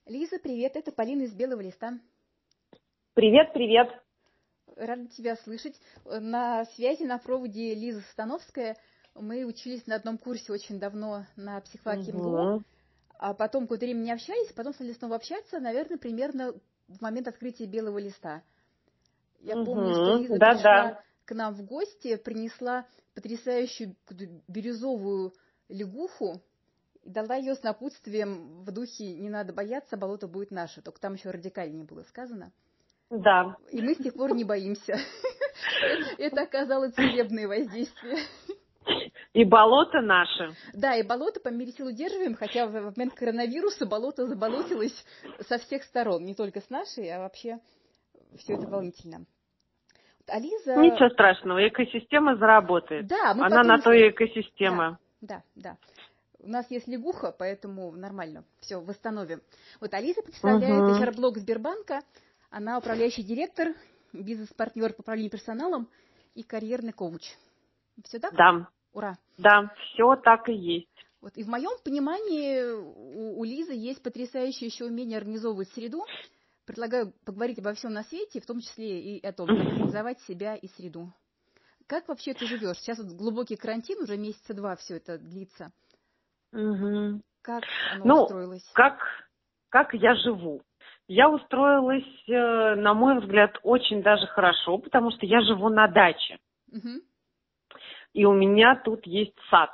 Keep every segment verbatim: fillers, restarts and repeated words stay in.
Лиза, привет, это Полина из Белого листа. Привет, привет. Рада тебя слышать. На связи, на проводе Лиза Становская. Мы учились на одном курсе очень давно на психфаке МГУ, Угу, а потом какое-то время не общались, потом стали снова общаться, наверное, примерно в момент открытия Белого листа. Я помню, что угу, Лиза да-да. пришла к нам в гости, принесла потрясающую бирюзовую лягуху и дала ее с напутствием в духе «не надо бояться, болото будет наше», только там еще радикальнее было сказано. Да. И мы с тех пор не боимся. Это оказало целебное воздействие. И болото наше. Да, и болото по мере сил удерживаем, хотя в момент коронавируса болото заболотилось со всех сторон, не только с нашей, а вообще все это волнительно. А Лиза... Ничего страшного, экосистема заработает. Да, мы Она на потом... то и Да, экосистема. да, да. У нас есть лягуха, поэтому нормально. Все, восстановим. Вот Алиса представляет Угу. эйч ар-блог Сбербанка. Она управляющий директор, бизнес-партнер по управлению персоналом и карьерный коуч. Все так? Да, Ура! да, все так и есть. Вот. И в моем понимании у, у Лизы есть потрясающее еще умение организовывать среду. Предлагаю поговорить обо всем на свете, в том числе и о том, как организовать себя и среду. Как вообще ты живешь? Сейчас вот глубокий карантин, уже месяца два все это длится. Угу. Как оно Ну, устроилось? как, как я живу? Я устроилась, э, на мой взгляд, очень даже хорошо, потому что я живу на даче. Угу. И у меня тут есть сад.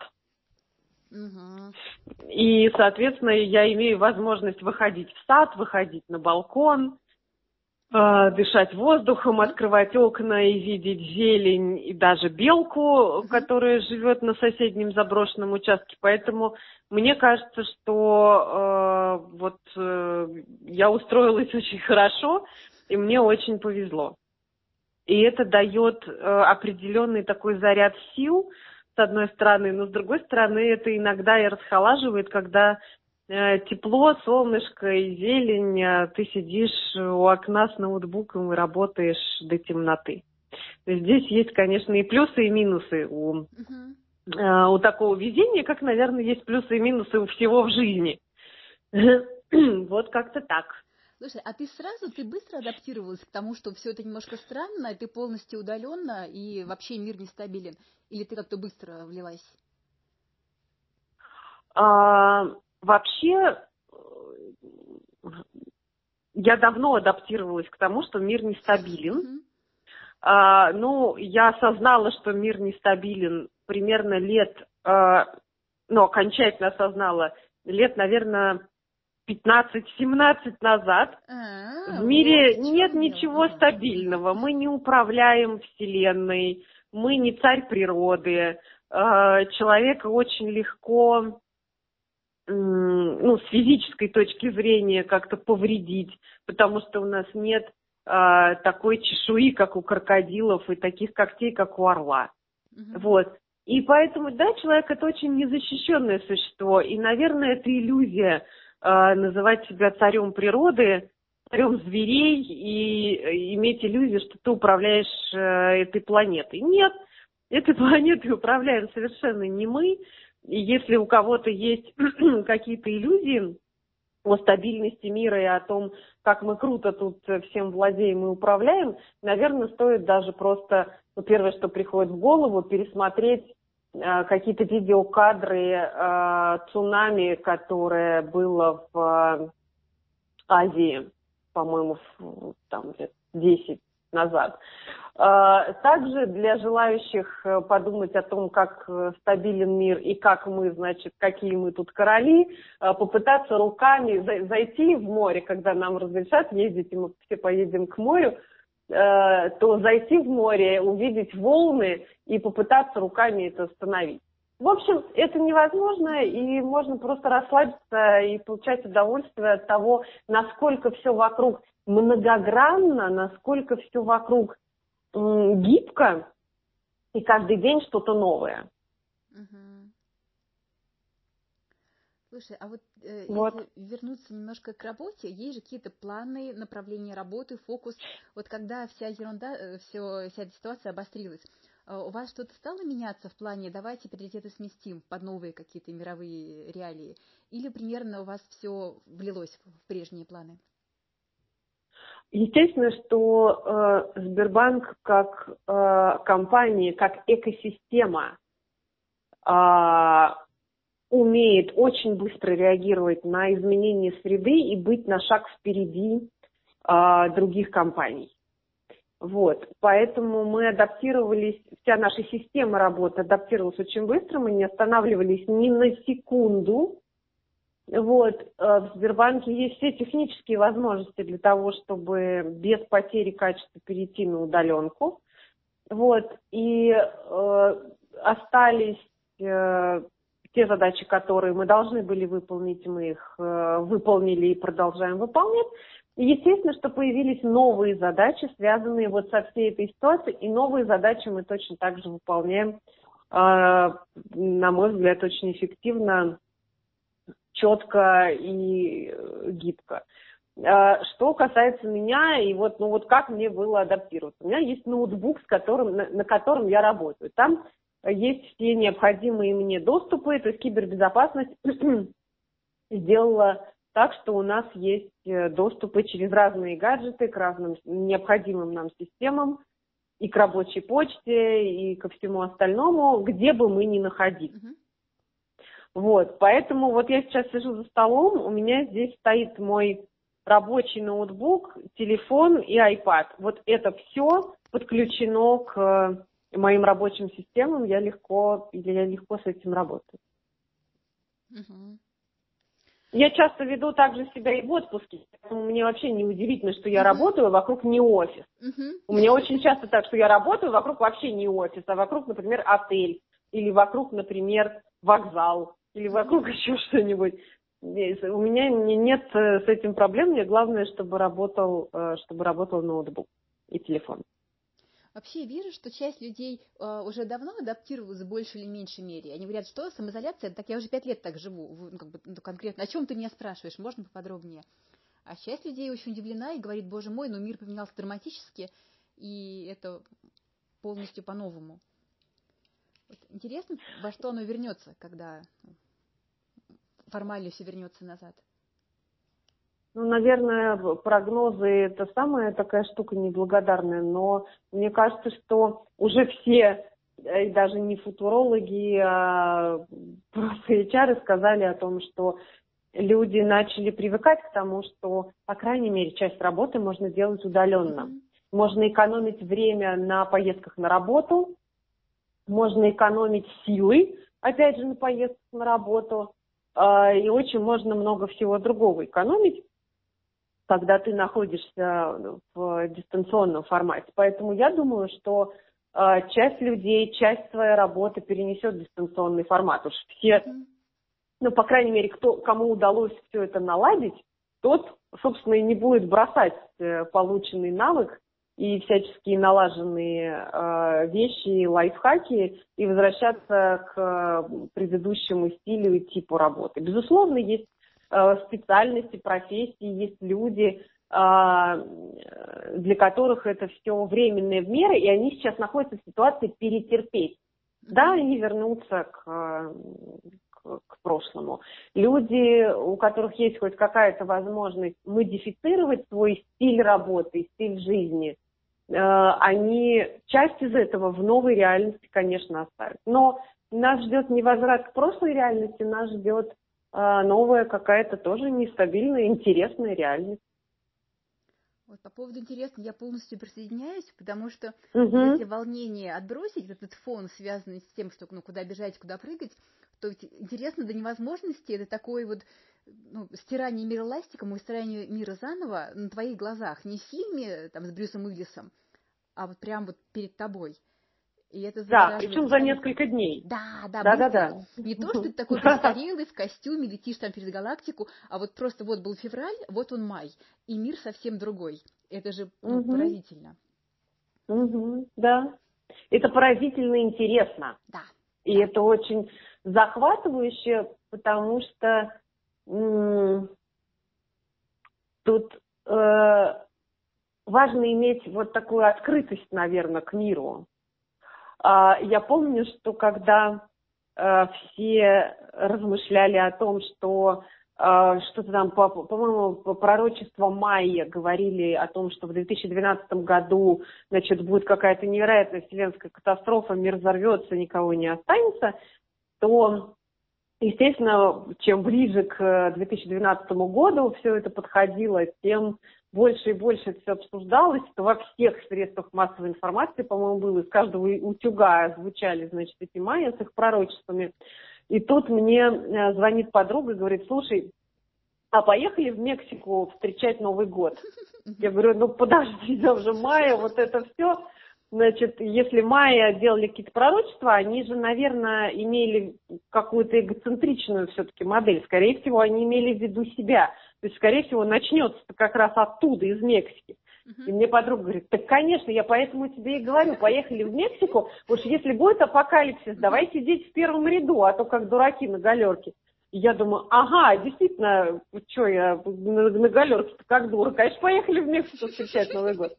Угу. И, соответственно, я имею возможность выходить в сад, выходить на балкон, э, дышать воздухом, Угу. открывать окна и видеть зелень, и даже белку, Угу. которая живет на соседнем заброшенном участке. Поэтому мне кажется, что э, вот э, я устроилась очень хорошо, и мне очень повезло. И это дает э, определенный такой заряд сил, с одной стороны, но с другой стороны это иногда и расхолаживает, когда э, тепло, солнышко и зелень, э, ты сидишь у окна с ноутбуком и работаешь до темноты. Здесь есть, конечно, и плюсы, и минусы у, Угу. э, у такого везения, как, наверное, есть плюсы и минусы у всего в жизни. Вот как-то так. Слушай, а ты сразу, ты быстро адаптировалась к тому, что все это немножко странно, ты полностью удаленно и вообще мир нестабилен? Или ты как-то быстро влилась? А, вообще, я давно адаптировалась к тому, что мир нестабилен. Угу. А, ну, я осознала, что мир нестабилен примерно лет, а, ну, окончательно осознала, лет, наверное, пятнадцать-семнадцать назад. В А, вот мире в нет чем дело. ничего Ага. Угу. стабильного. Мы не управляем Вселенной, мы не царь природы. А, человека очень легко, ну, с физической точки зрения как-то повредить, потому что у нас нет а, такой чешуи, как у крокодилов, и таких когтей, как у орла. Угу. Вот. И поэтому, да, человек — это очень незащищенное существо, и, наверное, это иллюзия а, называть себя царем природы, царем зверей и иметь иллюзию, что ты управляешь а, этой планетой. Нет, этой планетой управляем совершенно не мы. И если у кого-то есть какие-то иллюзии о стабильности мира и о том, как мы круто тут всем владеем и управляем, наверное, стоит даже просто, ну, первое, что приходит в голову, пересмотреть э, какие-то видеокадры э, цунами, которое было в э, Азии, по-моему, в, там лет десять назад. Также для желающих подумать о том, как стабилен мир и как мы, значит, какие мы тут короли, попытаться руками зайти в море, когда нам разрешат ездить, и мы все поедем к морю, то зайти в море, увидеть волны и попытаться руками это остановить. В общем, это невозможно, и можно просто расслабиться и получать удовольствие от того, насколько все вокруг многогранно, насколько все вокруг м, гибко, и каждый день что-то новое. Угу. Слушай, а вот э, Вот. если вернуться немножко к работе, есть же какие-то планы, направления работы, фокус. Вот когда вся ерунда, э, все, вся эта ситуация обострилась, У вас что-то стало меняться в плане «давайте приоритеты сместим под новые какие-то мировые реалии»? Или примерно у вас все влилось в прежние планы? Естественно, что э, Сбербанк как э, компания, как экосистема э, умеет очень быстро реагировать на изменения среды и быть на шаг впереди э, других компаний. Вот, поэтому мы адаптировались, вся наша система работы адаптировалась очень быстро, мы не останавливались ни на секунду. Вот, в Сбербанке есть все технические возможности для того, чтобы без потери качества перейти на удаленку. Вот, и э, остались э, те задачи, которые мы должны были выполнить, мы их э, выполнили и продолжаем выполнять. И естественно, что появились новые задачи, связанные вот со всей этой ситуацией, и новые задачи мы точно так же выполняем, э, на мой взгляд, очень эффективно, четко и гибко. Э, что касается меня, и вот, ну вот как мне было адаптироваться. У меня есть ноутбук, с которым, на, на котором я работаю. Там есть все необходимые мне доступы, то есть кибербезопасность сделала так, что у нас есть доступы через разные гаджеты к разным необходимым нам системам, и к рабочей почте, и ко всему остальному, где бы мы ни находились. Uh-huh. Вот, поэтому вот я сейчас сижу за столом, у меня здесь стоит мой рабочий ноутбук, телефон и iPad. Вот это все подключено к моим рабочим системам, я легко, или я легко с этим работаю. Uh-huh. Я часто веду также себя и в отпуске, поэтому мне вообще не удивительно, что я uh-huh. работаю, вокруг не офис. Uh-huh. У меня очень часто так, что я работаю, вокруг вообще не офис, а вокруг, например, отель, или вокруг, например, вокзал, или вокруг uh-huh. еще что-нибудь. У меня нет с этим проблем, мне главное, чтобы работал, чтобы работал ноутбук и телефон. Вообще вижу, что часть людей э, уже давно адаптировалась в большей или меньшей мере. Они говорят, что самоизоляция, так я уже пять лет так живу, ну, как бы, ну, конкретно, о чем ты меня спрашиваешь, можно поподробнее? А часть людей очень удивлена и говорит, боже мой, но мир поменялся драматически, и это полностью по-новому. Вот, интересно, во что оно вернется, когда формально все вернется назад. Ну, наверное, прогнозы – это самая такая штука неблагодарная, но мне кажется, что уже все, и даже не футурологи, а просто эйч ар сказали о том, что люди начали привыкать к тому, что, по крайней мере, часть работы можно делать удаленно. Mm-hmm. Можно экономить время на поездках на работу, можно экономить силы, опять же, на поездках на работу, и очень можно много всего другого экономить, когда ты находишься в дистанционном формате. Поэтому я думаю, что э, часть людей, часть своей работы перенесет в дистанционный формат. Уж все, mm-hmm. ну, по крайней мере, кто, кому удалось все это наладить, тот, собственно, и не будет бросать э, полученный навык и всяческие налаженные э, вещи, лайфхаки и возвращаться к э, предыдущему стилю и типу работы. Безусловно, есть специальности, профессии, есть люди, для которых это все временные меры, и они сейчас находятся в ситуации перетерпеть. Да, они вернутся к, к, к прошлому. Люди, у которых есть хоть какая-то возможность модифицировать свой стиль работы, стиль жизни, они часть из этого в новой реальности, конечно, оставят. Но нас ждет не возврат к прошлой реальности, нас ждет новая какая-то тоже нестабильная, интересная реальность. Вот по поводу интересного я полностью присоединяюсь, потому что угу. если волнение отбросить, этот фон, связанный с тем, что ну, куда бежать, куда прыгать, то интересно до невозможности, это такое вот ну, стирание мира ластиком и стирание мира заново на твоих глазах. Не в фильме там, с Брюсом Уиллисом, а вот прям вот перед тобой. И это да, причем за несколько дней. Да, да, да, да, да. Не то, что ты такой престарелый в костюме, летишь там через галактику, а вот просто вот был февраль, вот он май, и мир совсем другой. Это же ну, угу. поразительно. Угу, да. Это поразительно интересно. Да. И да. это очень захватывающе, потому что м- тут э- важно иметь вот такую открытость, наверное, к миру. Я помню, что когда все размышляли о том, что что-то там, по-моему, пророчество Майя говорили о том, что в две тысячи двенадцатом году, значит, будет какая-то невероятная вселенская катастрофа, мир взорвется, никого не останется, то, естественно, чем ближе к две тысячи двенадцатому году все это подходило, тем больше и больше это все обсуждалось. Это во всех средствах массовой информации, по-моему, было. Из каждого утюга звучали, значит, эти майя с их пророчествами. И тут мне звонит подруга и говорит: слушай, а поехали в Мексику встречать Новый год? Я говорю: ну подожди, там же майя, вот это все. Значит, если майя делали какие-то пророчества, они же, наверное, имели какую-то эгоцентричную все-таки модель. Скорее всего, они имели в виду себя. То есть, скорее всего, начнется как раз оттуда, из Мексики. Uh-huh. И мне подруга говорит: так, конечно, я поэтому тебе и говорю, поехали в Мексику, потому что если будет апокалипсис, давай сидеть в первом ряду, а то как дураки на галерке. И я думаю: ага, действительно, что я на, на галерке-то как дура, конечно, поехали в Мексику встречать Новый год.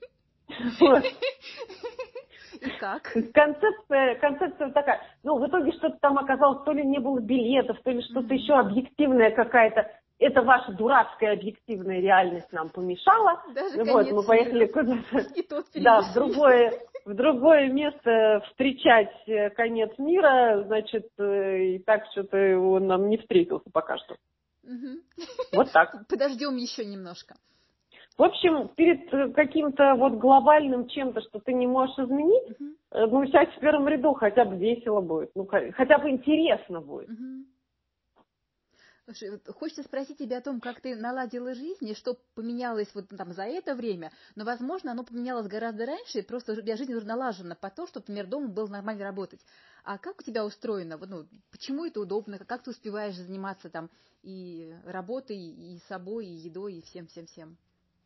И как? Концепция, концепция такая. Ну, в итоге что-то там оказалось, то ли не было билетов, то ли что-то mm-hmm. еще объективная какая-то. Это ваша дурацкая объективная реальность нам помешала. Даже вот, мы поехали куда-то. Да, в другое, в другое место встречать конец мира, значит, и так что-то он нам не встретился пока что. Mm-hmm. Вот так. Подождем еще немножко. В общем, перед каким-то вот глобальным чем-то, что ты не можешь изменить, uh-huh. ну, сядь в первом ряду, хотя бы весело будет, ну, хотя бы интересно будет. Uh-huh. Слушай, вот хочется спросить тебя о том, как ты наладила жизнь, и что поменялось вот там за это время, но, возможно, оно поменялось гораздо раньше, и просто у тебя жизнь уже налажена по то, чтобы, например, дома было нормально работать. А как у тебя устроено? Вот, ну, почему это удобно? Как ты успеваешь заниматься там и работой, и собой, и едой, и всем-всем-всем?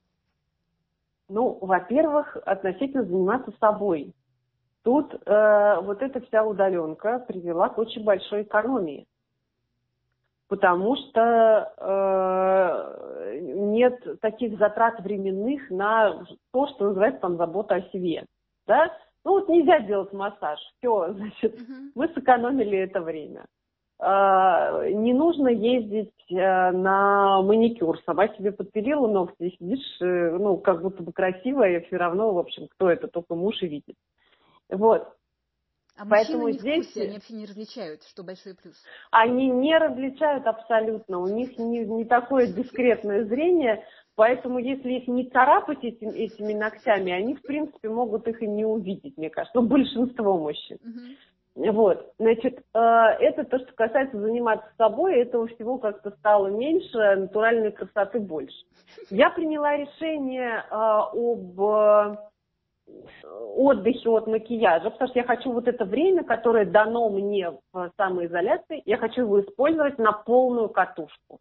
Ну, во-первых, относительно заниматься собой. Тут э, вот эта вся удаленка привела к очень большой экономии. Потому что э, нет таких затрат временных на то, что называется там забота о себе. Да? Ну вот нельзя делать массаж. Все, значит, uh-huh. мы сэкономили это время. Э, не нужно ездить э, на маникюр. Сама себе подпилила ногти, сидишь, э, ну, как будто бы красивая, и все равно, в общем, кто это, только муж и видит. Вот. А Поэтому мужчины не здесь... в курсе, они вообще не различают, что большой плюс. Они не различают абсолютно, у них не, не такое дискретное зрение, поэтому если их не царапать этим, этими ногтями, они, в принципе, могут их и не увидеть, мне кажется, ну, большинство мужчин. Uh-huh. Вот, значит, это то, что касается заниматься собой, этого всего как-то стало меньше, натуральной красоты больше. Я приняла решение об... отдыхе от макияжа, потому что я хочу вот это время, которое дано мне в самоизоляции, я хочу его использовать на полную катушку.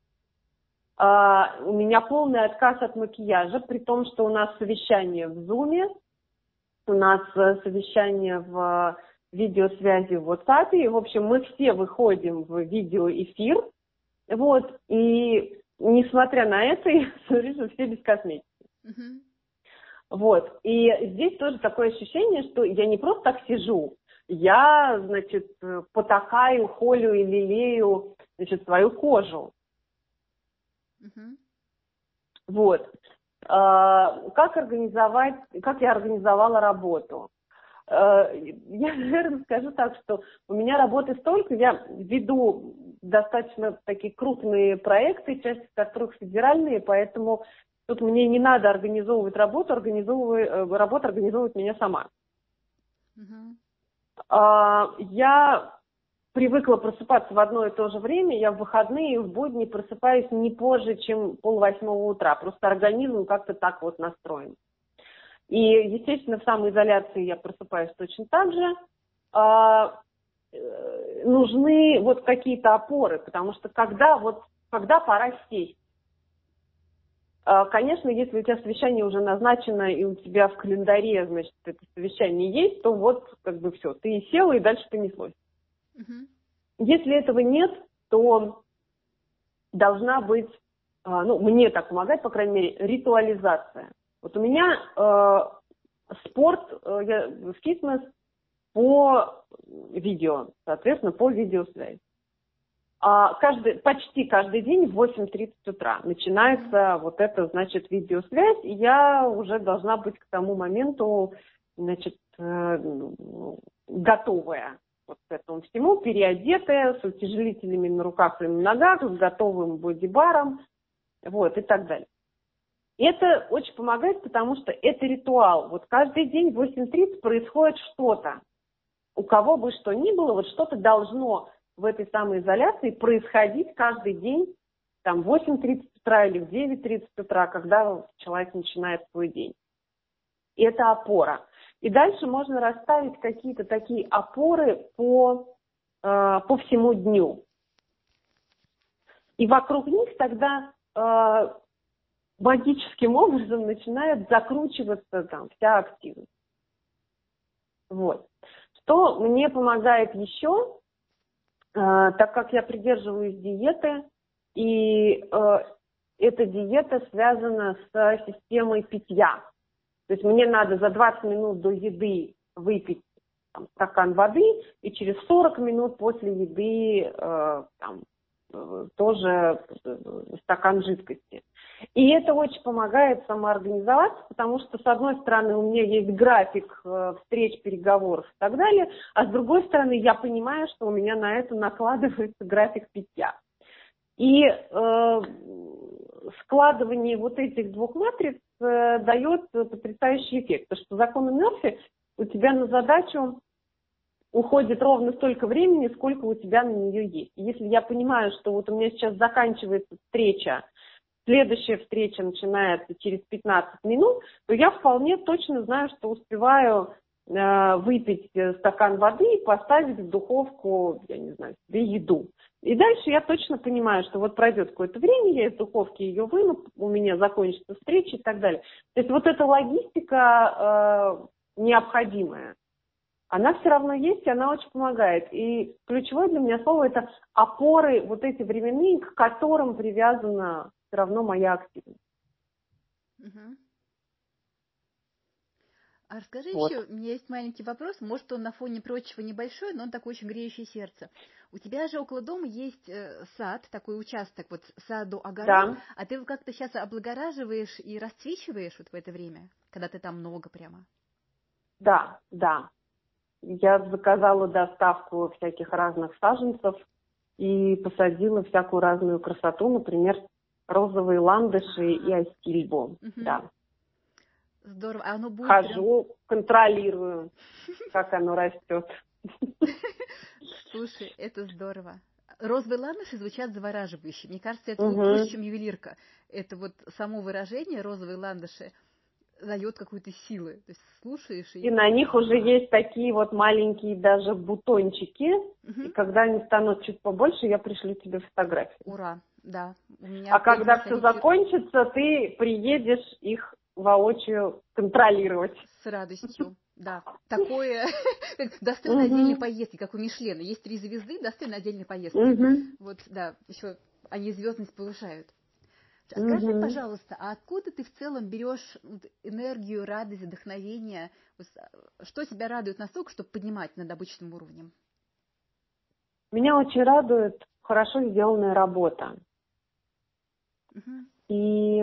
А, у меня полный отказ от макияжа, при том, что у нас совещание в Zoom, у нас совещание в видеосвязи в WhatsApp, и, в общем, мы все выходим в видеоэфир, вот, и несмотря на это, я смотрю, что все без косметики. Uh-huh. Вот, и здесь тоже такое ощущение, что я не просто так сижу, я, значит, потакаю, холю и лелею, значит, свою кожу. Uh-huh. Вот. А, как организовать, как я организовала работу? А, я, наверное, скажу так, что у меня работы столько, я веду достаточно такие крупные проекты, часть которых федеральные, поэтому... Тут мне не надо организовывать работу, организовывать, работа организовывает меня сама. Uh-huh. А, я привыкла просыпаться в одно и то же время, я в выходные и в будни просыпаюсь не позже, чем полвосьмого утра, просто организм как-то так вот настроен. И, естественно, в самоизоляции я просыпаюсь точно так же. А, нужны вот какие-то опоры, потому что когда, вот, когда пора сесть, конечно, если у тебя совещание уже назначено, и у тебя в календаре, значит, это совещание есть, то вот, как бы все, ты села, и дальше понеслось. Uh-huh. Если этого нет, то должна быть, ну, мне так помогает, по крайней мере, ритуализация. Вот у меня э, спорт, э, я, фитнес, по видео, соответственно, по видеосвязи. А каждый, почти каждый день в восемь тридцать утра начинается вот эта, значит, видеосвязь, и я уже должна быть к тому моменту, значит, готовая вот к этому всему, переодетая, с утяжелителями на руках и на ногах, с готовым бодибаром, вот, и так далее. Это очень помогает, потому что это ритуал. Вот каждый день в восемь тридцать происходит что-то. У кого бы что ни было, вот что-то должно в этой самой изоляции происходить каждый день, там, в восемь тридцать утра или в девять тридцать утра, когда человек начинает свой день. И это опора. И дальше можно расставить какие-то такие опоры по, э, по всему дню. И вокруг них тогда э, магическим образом начинает закручиваться там вся активность. Вот. Что мне помогает еще, э, так как я придерживаюсь диеты, и э, эта диета связана с системой питья. То есть мне надо за двадцать минут до еды выпить там, стакан воды, и через сорок минут после еды э, там, э, тоже стакан жидкости. И это очень помогает самоорганизоваться, потому что, с одной стороны, у меня есть график э, встреч, переговоров и так далее, а с другой стороны, я понимаю, что у меня на это накладывается график питья. И э, складывание вот этих двух матриц э, дает потрясающий эффект. Потому что законы Мерфи у тебя на задачу уходит ровно столько времени, сколько у тебя на нее есть. И если я понимаю, что вот у меня сейчас заканчивается встреча, следующая встреча начинается через пятнадцать минут, то я вполне точно знаю, что успеваю э, выпить стакан воды и поставить в духовку, я не знаю, себе еду. И дальше я точно понимаю, что вот пройдет какое-то время, я из духовки ее выну, у меня закончится встреча и так далее. То есть вот эта логистика э, необходимая, она все равно есть, и она очень помогает. И ключевое для меня слово – это опоры, вот эти временные, к которым привязана все равно моя активность. Угу. А расскажи Вот. еще, у меня есть маленький вопрос, может, он на фоне прочего небольшой, но он такой очень греющий сердце. У тебя же около дома есть э, сад, такой участок, вот саду-огород, Да. а ты его как-то сейчас облагораживаешь и расцвечиваешь вот в это время, когда ты там много прямо? Да, да. Я заказала доставку всяких разных саженцев и посадила всякую разную красоту, например, розовые ландыши и астильбу. Угу. Да. Здорово. А оно будет Хожу, прям... контролирую, как оно растет. Слушай, это здорово. Розовые ландыши звучат завораживающе. Мне кажется, это Угу. лучше, чем ювелирка. Это вот само выражение розовые ландыши дает какую-то силу. То есть слушаешь и... И на них уже есть такие вот маленькие даже бутончики. Угу. И когда они станут чуть побольше, я пришлю тебе фотографию. Ура, да. У меня А когда все ориентир... закончится, ты приедешь их воочию контролировать. С радостью, да. Такое достойно отдельной поездки, как у Мишлена. Есть три звезды, достойно отдельной поездки. Угу. Вот, да, еще они звездность повышают. Скажи, угу. пожалуйста, а откуда ты в целом берешь энергию, радость, вдохновение? Что тебя радует настолько, чтобы поднимать над обычным уровнем? Меня очень радует хорошо сделанная работа. Угу. И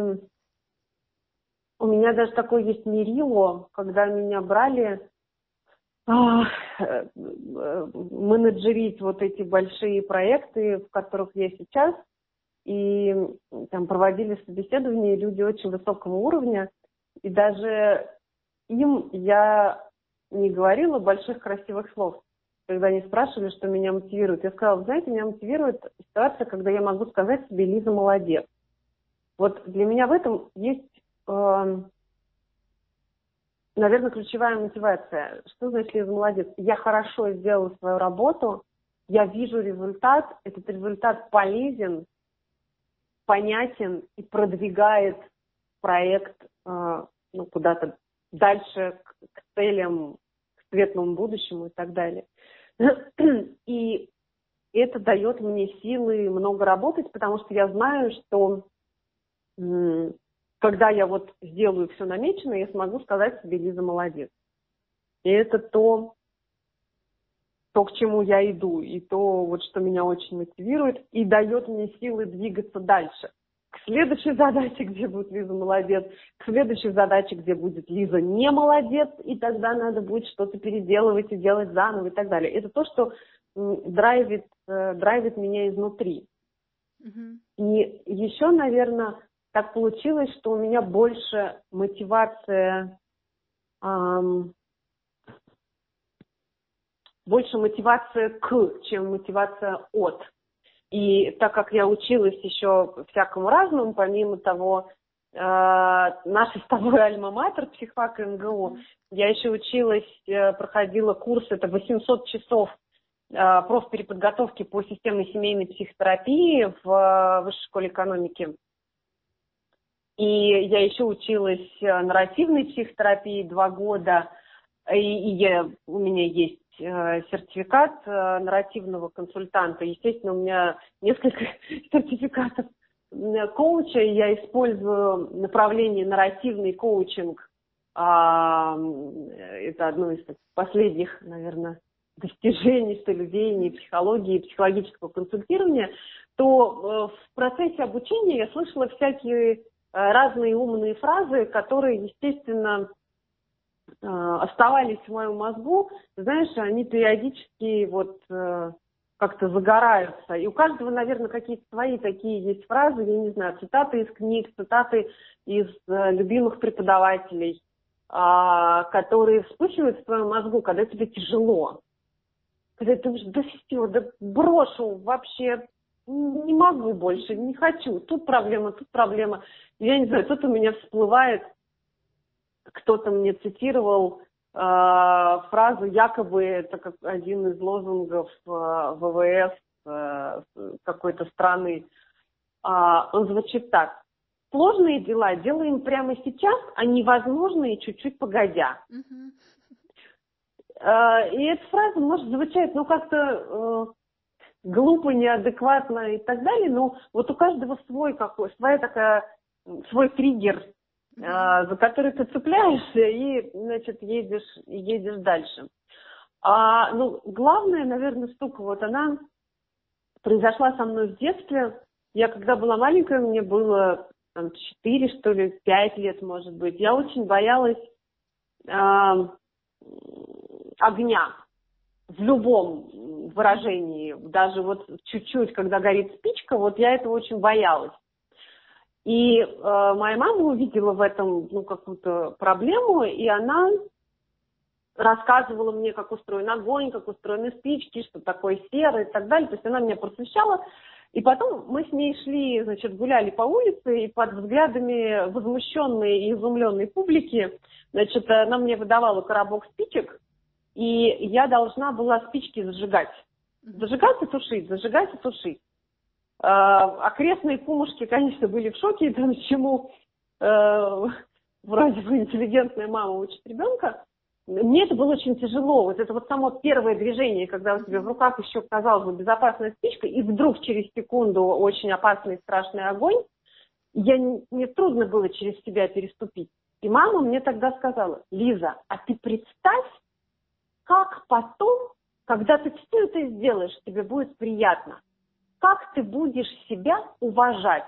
у меня даже такое есть мерило, когда меня брали а, менеджерить вот эти большие проекты, в которых я сейчас, и там проводили собеседования люди очень высокого уровня, и даже им я не говорила больших красивых слов, когда они спрашивали, что меня мотивирует. Я сказала, знаете, меня мотивирует ситуация, когда я могу сказать себе: Лиза, молодец. Вот для меня в этом есть, э, наверное, ключевая мотивация. Что значит Лиза, молодец? Я хорошо сделала свою работу, я вижу результат, этот результат полезен, понятен и продвигает проект э, ну, куда-то дальше, к, к целям, к светлому будущему и так далее. И это дает мне силы много работать, потому что я знаю, что м- когда я вот сделаю все намеченное, я смогу сказать себе: Лиза, молодец. И это то, то, к чему я иду, и то, вот, что меня очень мотивирует и дает мне силы двигаться дальше. К следующей задаче, где будет Лиза молодец, к следующей задаче, где будет Лиза не молодец, и тогда надо будет что-то переделывать и делать заново и так далее. Это то, что драйвит, драйвит меня изнутри. Mm-hmm. И еще, наверное, так получилось, что у меня больше мотивация, эм, больше мотивация к, чем мотивация от. И так как я училась еще всякому разному, помимо того, э, наша с тобой альма-матер, психфак МГУ, я еще училась, э, проходила курс, это восемьсот часов э, профпереподготовки по системной семейной психотерапии в э, Высшей школе экономики. И я еще училась нарративной психотерапии два года, и, и я, у меня есть сертификат нарративного консультанта. Естественно, у меня несколько сертификатов коуча, и я использую направление нарративный коучинг. Это одно из последних, наверное, достижений, что ли, веяний психологии, психологического консультирования. То в процессе обучения я слышала всякие разные умные фразы, которые, естественно, оставались в моем мозгу, знаешь, они периодически вот как-то загораются. И у каждого, наверное, какие-то свои такие есть фразы, я не знаю, цитаты из книг, цитаты из любимых преподавателей, которые вспыхивают в твоем мозгу, когда тебе тяжело. Когда ты думаешь, да все, да брошу, вообще не могу больше, не хочу. Тут проблема, тут проблема. Я не знаю, тут у меня всплывает, кто-то мне цитировал э, фразу, якобы это как один из лозунгов э, ВВС э, какой-то страны. А, он звучит так. Сложные дела делаем прямо сейчас, а невозможные чуть-чуть погодя. Mm-hmm. Э, и эта фраза может звучать, ну, как-то э, глупо, неадекватно и так далее, но вот у каждого свой какой, своя такая, свой триггер, Uh-huh. за который ты цепляешься и, значит, едешь, едешь дальше. А, ну, главная, наверное, штука, вот она произошла со мной в детстве. Я, когда была маленькая, мне было там четыре, что ли, пять лет, может быть. Я очень боялась э, огня в любом выражении. Даже вот чуть-чуть, когда горит спичка, вот я этого очень боялась. И э, моя мама увидела в этом, ну, какую-то проблему, и она рассказывала мне, как устроен огонь, как устроены спички, что такое сера и так далее. То есть она меня просвещала. И потом мы с ней шли, значит, гуляли по улице, и под взглядами возмущенной и изумленной публики, значит, она мне выдавала коробок спичек, и я должна была спички зажигать. Зажигать и тушить, зажигать и тушить. Окрестные кумушки, конечно, были в шоке, там, чему э, вроде бы интеллигентная мама учит ребенка. Мне это было очень тяжело. Вот это вот само первое движение, когда у тебя в руках еще, казалось бы, безопасная спичка, и вдруг через секунду очень опасный и страшный огонь. Я, мне трудно было через себя переступить. И мама мне тогда сказала: Лиза, а ты представь, как потом, когда ты все это сделаешь, тебе будет приятно. Как ты будешь себя уважать?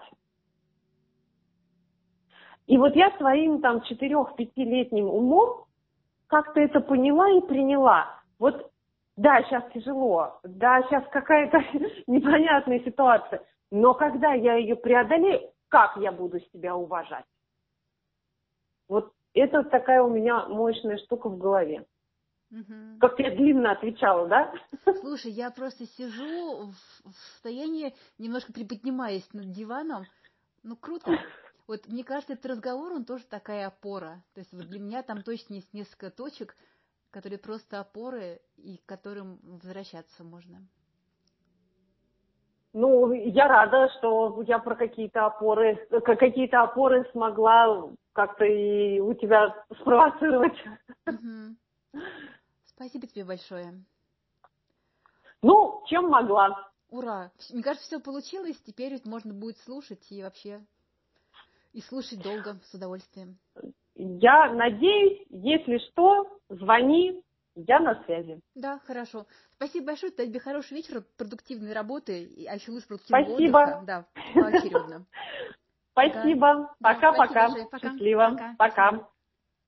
И вот я своим там четырех-пятилетним умом как-то это поняла и приняла. Вот, да, сейчас тяжело, да, сейчас какая-то непонятная ситуация, но когда я ее преодолею, как я буду себя уважать? Вот это вот такая у меня мощная штука в голове. Угу. Как я длинно отвечала, да? Слушай, я просто сижу в, в состоянии, немножко приподнимаясь над диваном. Ну, круто. Вот мне кажется, этот разговор, он тоже такая опора. То есть вот для меня там точно есть несколько точек, которые просто опоры, и к которым возвращаться можно. Ну, я рада, что я про какие-то опоры, какие-то опоры смогла как-то и у тебя спровоцировать. Угу. Спасибо тебе большое. Ну, чем могла. Ура! Мне кажется, все получилось. Теперь можно будет слушать и вообще и слушать долго, с удовольствием. Я надеюсь, если что, звони, Я на связи. Да, хорошо. Спасибо большое. Тебе хороший вечер, продуктивной работы, а еще лучше продуктивного Спасибо. отдыха. Да, поочередно. Спасибо. Пока-пока. Да, Счастливо. пока. Пока.